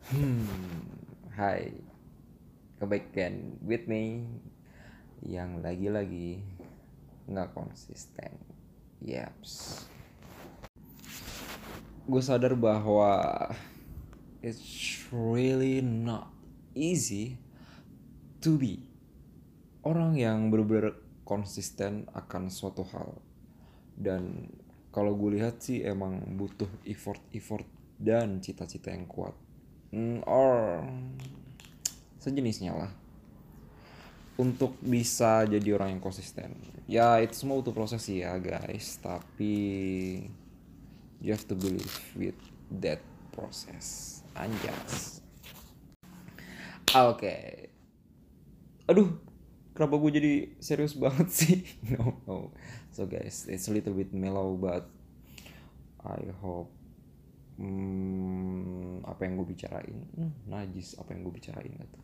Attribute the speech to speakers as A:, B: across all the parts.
A: Hai, kebaikan with me yang lagi-lagi nggak konsisten. Yaps. Gue sadar bahwa it's really not easy to be orang yang benar-benar konsisten akan suatu hal. Dan kalau gue lihat sih emang butuh effort dan cita-cita yang kuat. Or sejenisnya lah untuk bisa jadi orang yang konsisten. Ya itu semua butuh proses sih ya guys, tapi you have to believe with that process. Anjas. Oke. Aduh, kenapa gue jadi serius banget sih? No, no. So guys, it's a little bit mellow, but I hope apa yang gue bicarain, najis apa yang gue bicarain gitu.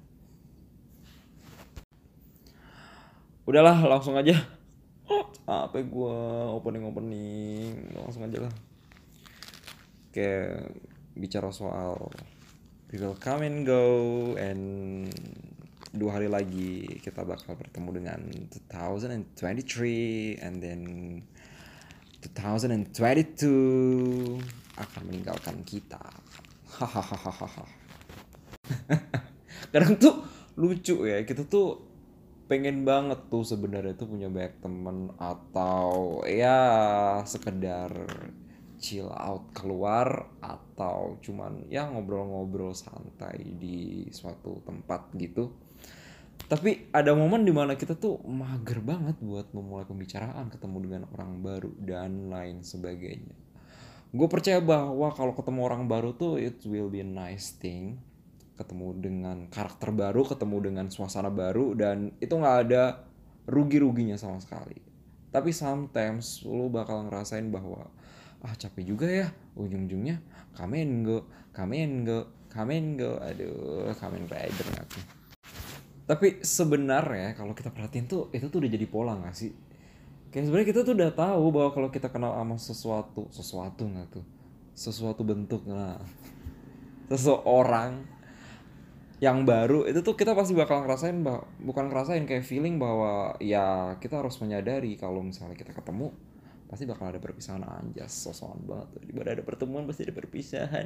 A: Udahlah, langsung aja. Apa gue opening langsung aja lah. Kayak bicara soal we will come and go, and 2 hari lagi kita bakal bertemu dengan 2023, and then 2022 akan meninggalkan kita. Hahaha. Kadang tuh lucu ya, kita tuh pengen banget tuh sebenarnya tuh punya banyak temen, atau ya sekedar chill out keluar, atau cuman ya ngobrol-ngobrol santai di suatu tempat gitu. Tapi ada momen dimana kita tuh mager banget buat memulai pembicaraan, ketemu dengan orang baru dan lain sebagainya. Gue percaya bahwa kalau ketemu orang baru tuh it will be a nice thing. Ketemu dengan karakter baru, ketemu dengan suasana baru, dan itu nggak ada rugi-ruginya sama sekali. Tapi sometimes lu bakal ngerasain bahwa capek juga ya, ujung-ujungnya kamen go, kamen go, kamen go, aduh kamen rider aku. Tapi sebenarnya kalau kita perhatiin tuh itu tuh udah jadi pola nggak sih? Kayak sebenarnya kita tuh udah tahu bahwa kalau kita kenal sama sesuatu nggak tuh, sesuatu bentuk, nah seseorang yang baru itu tuh kita pasti bakal ngerasain bukan ngerasain, kayak feeling bahwa ya kita harus menyadari kalau misalnya kita ketemu pasti bakal ada perpisahan. Anjas, sosokan banget tuh. Di mana ada pertemuan pasti ada perpisahan.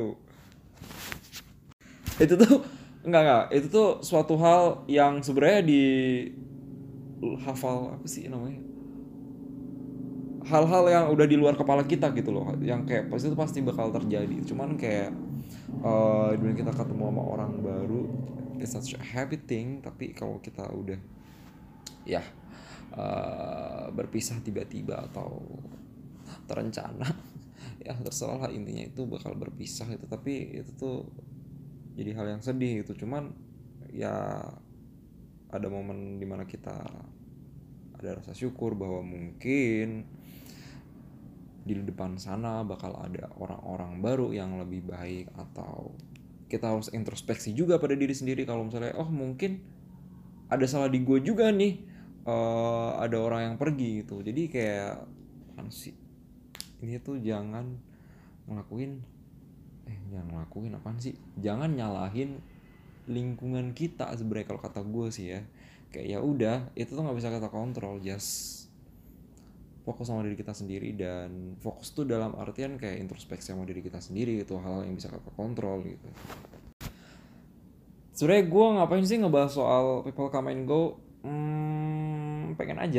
A: Itu tuh enggak, itu tuh suatu hal yang sebenarnya di hafal apa sih namanya, hal-hal yang udah di luar kepala kita gitu loh, yang kayak pasti itu pasti bakal terjadi. Cuman kayak dimana kita ketemu sama orang baru, it's such a happy thing. Tapi kalau kita udah ya berpisah tiba-tiba atau terencana, ya terserah lah, intinya itu bakal berpisah itu. Tapi itu tuh jadi hal yang sedih gitu. Cuman ya ada momen dimana kita ada rasa syukur bahwa mungkin di depan sana bakal ada orang-orang baru yang lebih baik, atau kita harus introspeksi juga pada diri sendiri kalau misalnya mungkin ada salah di gue juga nih, ada orang yang pergi gitu. Jadi kayak kan sih, ini tuh ngelakuin jangan ngelakuin apaan sih, jangan nyalahin lingkungan kita sebenarnya kalau kata gue sih ya. Kayak ya udah, itu tuh nggak bisa kita kontrol, just fokus sama diri kita sendiri. Dan fokus tuh dalam artian kayak introspeksi sama diri kita sendiri, itu hal yang bisa kita kontrol gitu. Sebenarnya gue ngapain sih ngebahas soal people come and go? Pengen aja.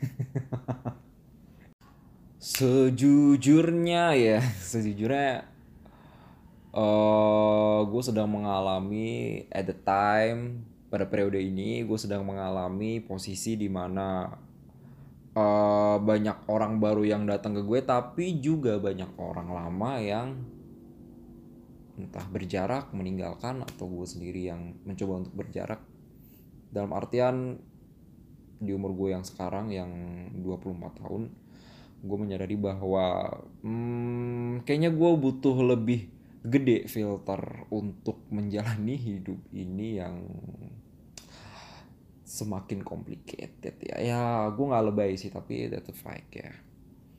A: Sejujurnya ya, sejujurnya gue sedang mengalami at the time, pada periode ini gue sedang mengalami posisi di mana banyak orang baru yang datang ke gue, tapi juga banyak orang lama yang entah berjarak, meninggalkan, atau gue sendiri yang mencoba untuk berjarak. Dalam artian di umur gue yang sekarang yang 24 tahun, gue menyadari bahwa kayaknya gue butuh lebih gede filter untuk menjalani hidup ini yang semakin complicated ya. Ya gue nggak lebay sih, tapi that's a fact ya.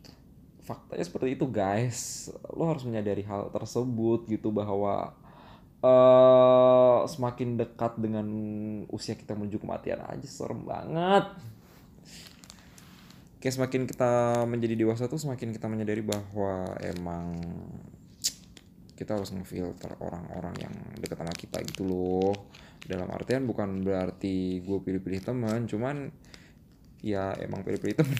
A: Faktanya seperti itu guys. Lo harus menyadari hal tersebut gitu, bahwa semakin dekat dengan usia kita menuju kematian aja serem banget. Kayak semakin kita menjadi dewasa tuh semakin kita menyadari bahwa emang kita harus ngefilter orang-orang yang dekat sama kita gitu loh. Dalam artian bukan berarti gue pilih-pilih teman, cuman ya emang pilih-pilih teman.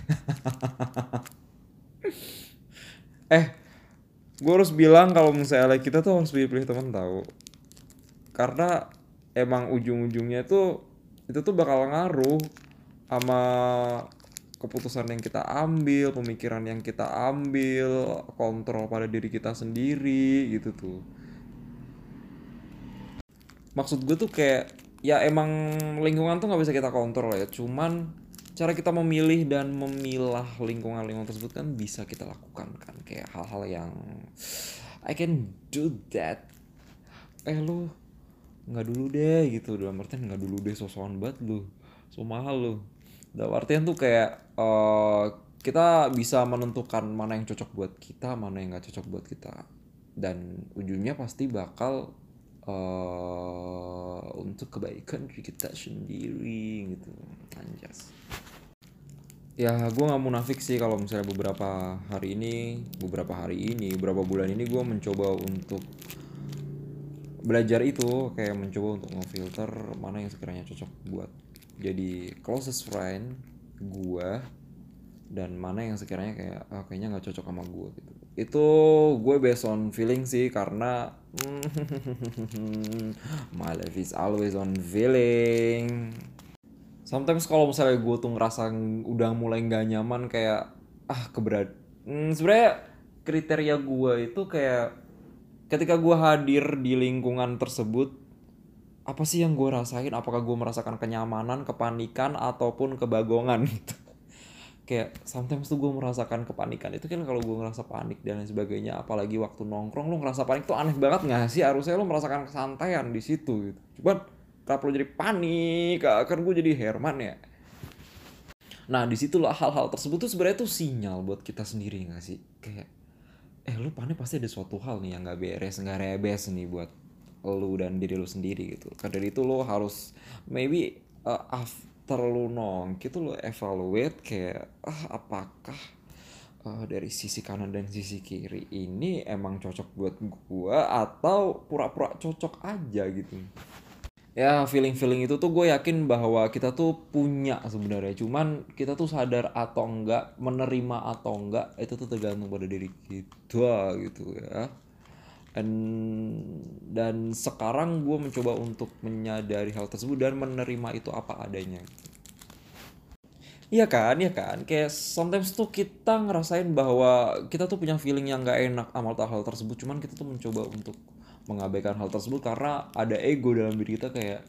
A: Gue harus bilang kalau misalnya kita tuh harus pilih-pilih teman tahu. Karena emang ujung-ujungnya tuh itu tuh bakal ngaruh sama keputusan yang kita ambil, pemikiran yang kita ambil, kontrol pada diri kita sendiri gitu tuh. Maksud gue tuh kayak ya emang lingkungan tuh nggak bisa kita kontrol ya, cuman cara kita memilih dan memilah lingkungan-lingkungan tersebut kan bisa kita lakukan kan, kayak hal-hal yang I can do that. Lu nggak dulu deh gitu, dalam artian nggak dulu deh, sosokan banget lu, so mahal lu. Dalam artian tuh kayak kita bisa menentukan mana yang cocok buat kita, mana yang nggak cocok buat kita, dan ujungnya pasti bakal untuk kebaikan diri kita sendiri gitu, anjas. Ya gue nggak munafik sih kalau misalnya beberapa bulan ini gue mencoba untuk belajar itu, kayak mencoba untuk ngefilter mana yang sekiranya cocok buat jadi closest friend gue, dan mana yang sekiranya kayak kayaknya nggak cocok sama gue gitu. Itu gue based on feeling sih, karena my life is always on feeling. Sometimes kalau misalnya gue tuh ngerasa udah mulai nggak nyaman, kayak sebenarnya kriteria gue itu kayak ketika gue hadir di lingkungan tersebut, apa sih yang gue rasain? Apakah gue merasakan kenyamanan, kepanikan, ataupun kebagongan gitu. Kayak sometimes tuh gue merasakan kepanikan itu kan kalau gue ngerasa panik dan lain sebagainya, apalagi waktu nongkrong. Lu ngerasa panik tuh aneh banget nggak sih? Harusnya lu merasakan kesantaian di situ gitu. Cuman kenapa lu jadi panik? Kan gue jadi Herman ya. Nah disitulah hal-hal tersebut tuh sebenarnya tuh sinyal buat kita sendiri nggak sih? Kayak lu panik pasti ada suatu hal nih yang nggak beres, nggak rebes nih buat lu dan diri lu sendiri gitu. Karena dari itu lu harus maybe after lu nongki tuh lu evaluate kayak apakah dari sisi kanan dan sisi kiri ini emang cocok buat gua atau pura-pura cocok aja gitu. Ya feeling-feeling itu tuh gue yakin bahwa kita tuh punya sebenarnya, cuman kita tuh sadar atau enggak, menerima atau enggak, itu tuh tergantung pada diri kita gitu ya. Dan sekarang gue mencoba untuk menyadari hal tersebut dan menerima itu apa adanya. Iya kan, iya kan. Kayak sometimes tuh kita ngerasain bahwa kita tuh punya feeling yang gak enak sama hal tersebut, cuman kita tuh mencoba untuk mengabaikan hal tersebut karena ada ego dalam diri kita, kayak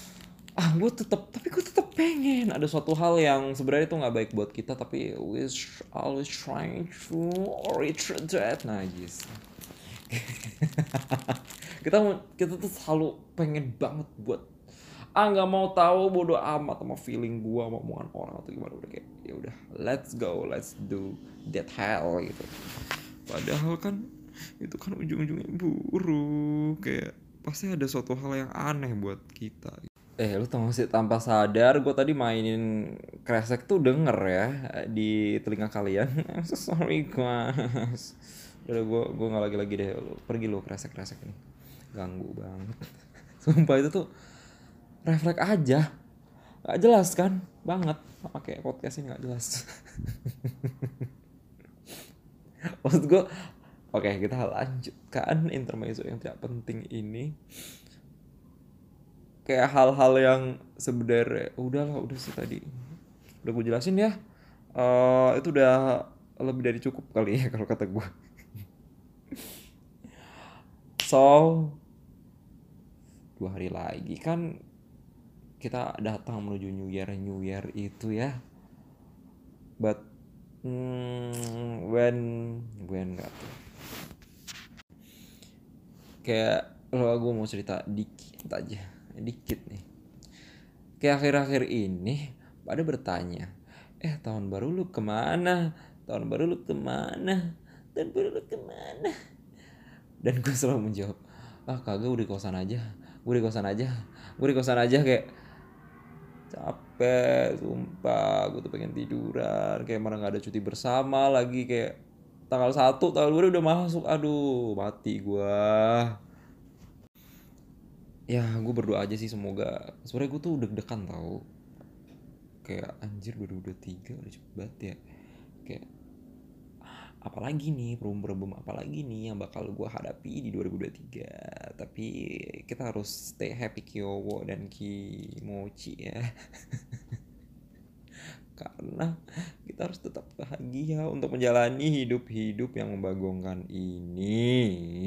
A: gue tetap pengen ada suatu hal yang sebenarnya itu nggak baik buat kita, tapi we always trying to reach that. Nah yes, kita tuh selalu pengen banget buat nggak mau tahu, bodo amat sama feeling gua, sama omongan orang atau gimana. Udah kayak ya udah, let's go, let's do that hell gitu. Padahal kan itu kan ujung-ujungnya buruk, kayak pasti ada suatu hal yang aneh buat kita. Lu tau gak sih, tanpa sadar gue tadi mainin kresek tuh denger ya di telinga kalian. I'm so sorry guys. Udah gue nggak lagi deh, lu pergi lu kresek ini, ganggu banget. Sumpah itu tuh refleks aja, nggak jelas kan banget, sama kayak podcast ini nggak jelas. Maksud gue, oke, kita lanjutkan intermezzo yang tidak penting ini. Kayak hal-hal yang sebenarnya udah sih tadi udah gue jelasin ya. Itu udah lebih dari cukup kali ya kalau kata gue. So 2 hari lagi kan kita datang menuju New Year itu ya. But when gak tuh, kayak gue mau cerita dikit nih. Kayak akhir-akhir ini pada bertanya, tahun baru lu kemana? Dan gue selalu menjawab, ah kagak, udah di kosan aja, gue di kosan aja, gue di kosan aja. Kayak capek sumpah, gue tuh pengen tiduran, kayak mana nggak ada cuti bersama lagi. Kayak tanggal 1 tanggal 2 udah masuk, aduh mati gue. Ya gue berdoa aja sih, semoga, sebenarnya gue tuh deg-degan tau, kayak anjir 2023 udah cepet banget ya. Kayak apalagi nih, problem-problem apalagi nih yang bakal gue hadapi di 2023. Tapi kita harus stay happy Kyowo dan Kimochi ya. Karena kita harus tetap bahagia untuk menjalani hidup-hidup yang membagongkan ini.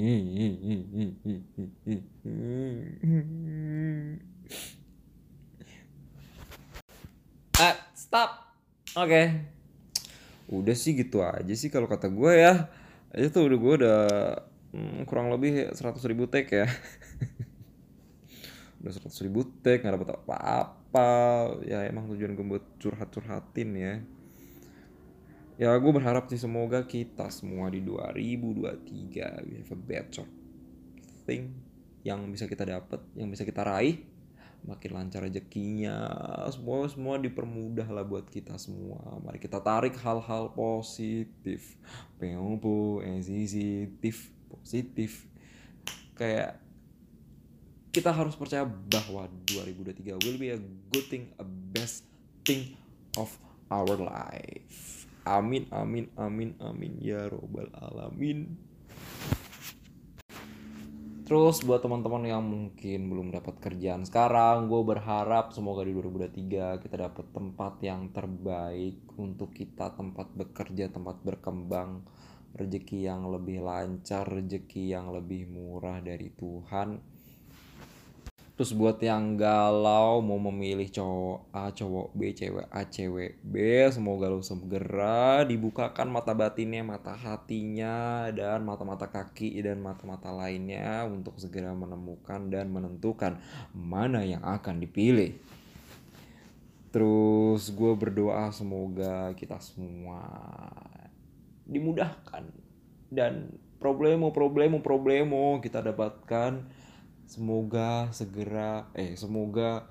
A: Stop. Oke. Udah sih gitu aja sih kalau kata gue ya. Itu udah gue udah kurang lebih 100.000 tag ya. Udah 100.000 tag nggak dapet apa-apa. Ya emang tujuan gue buat curhat-curhatin ya. Ya gue berharap sih semoga kita semua di 2023 we have a better thing yang bisa kita dapat, yang bisa kita raih, makin lancar rezekinya, semua semua dipermudah lah buat kita semua. Mari kita tarik hal-hal positif, positif, positif. Kayak kita harus percaya bahwa 2023 will be a good thing, a best thing of our life. Amin, amin, amin, amin ya robbal alamin. Terus buat teman-teman yang mungkin belum dapat kerjaan sekarang, gue berharap semoga di 2023 kita dapat tempat yang terbaik untuk kita, tempat bekerja, tempat berkembang, rezeki yang lebih lancar, rezeki yang lebih murah dari Tuhan. Terus buat yang galau mau memilih cowok A, cowok B, cewek A, cewek B, semoga lo segera dibukakan mata batinnya, mata hatinya, dan mata-mata kaki dan mata-mata lainnya untuk segera menemukan dan menentukan mana yang akan dipilih. Terus gue berdoa semoga kita semua dimudahkan dan problemo kita dapatkan. Semoga segera semoga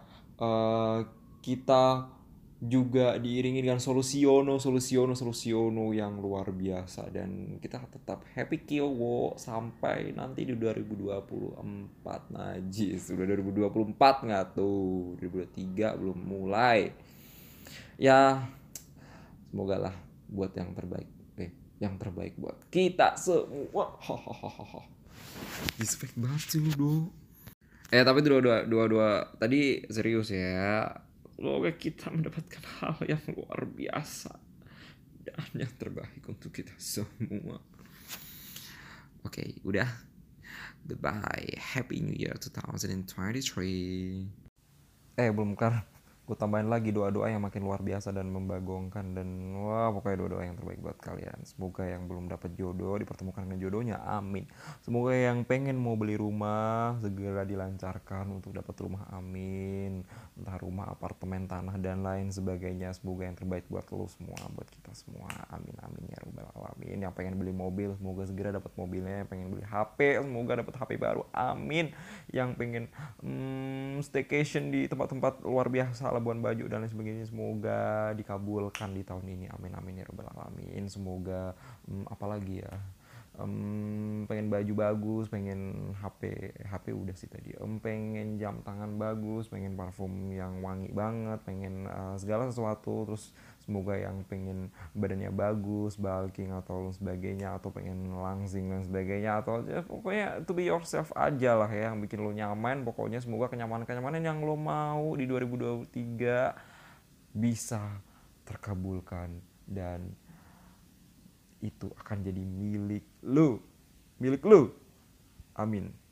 A: kita juga diiringi dengan solusiono yang luar biasa, dan kita tetap happy Kyowo sampai nanti di 2024. Najis sudah 2024 nggak tuh, 2023 belum mulai ya. Semoga lah buat yang terbaik, yang terbaik buat kita semua. Respect banget sih lu do. Tapi dua tadi serius ya. Semoga kita mendapatkan hal yang luar biasa dan yang terbaik untuk kita semua. Oke, udah. Goodbye. Happy New Year 2023. Belum kan? Gue tambahin lagi doa-doa yang makin luar biasa dan membagongkan, dan wah pokoknya doa-doa yang terbaik buat kalian. Semoga yang belum dapat jodoh dipertemukan dengan jodohnya, amin. Semoga yang pengen mau beli rumah segera dilancarkan untuk dapat rumah, amin. Entah rumah, apartemen, tanah dan lain sebagainya. Semoga yang terbaik buat lo semua, buat kita semua, amin amin ya rabbal alamin. Yang pengen beli mobil semoga segera dapat mobilnya. Yang pengen beli HP semoga dapat HP baru, amin. Yang pengen staycation di tempat-tempat luar biasa, Labuan Bajo dan lain sebagainya, semoga dikabulkan di tahun ini, amin amin ya rabbal alamin. Semoga apalagi ya, pengen baju bagus, pengen HP udah sih tadi, pengen jam tangan bagus, pengen parfum yang wangi banget, pengen segala sesuatu. Terus semoga yang pengen badannya bagus, bulking atau sebagainya, atau pengen langsing dan sebagainya, atau ya, pokoknya to be yourself aja lah ya, yang bikin lo nyaman. Pokoknya semoga kenyamanan yang lo mau di 2023 bisa terkabulkan, dan itu akan jadi milik lu, amin.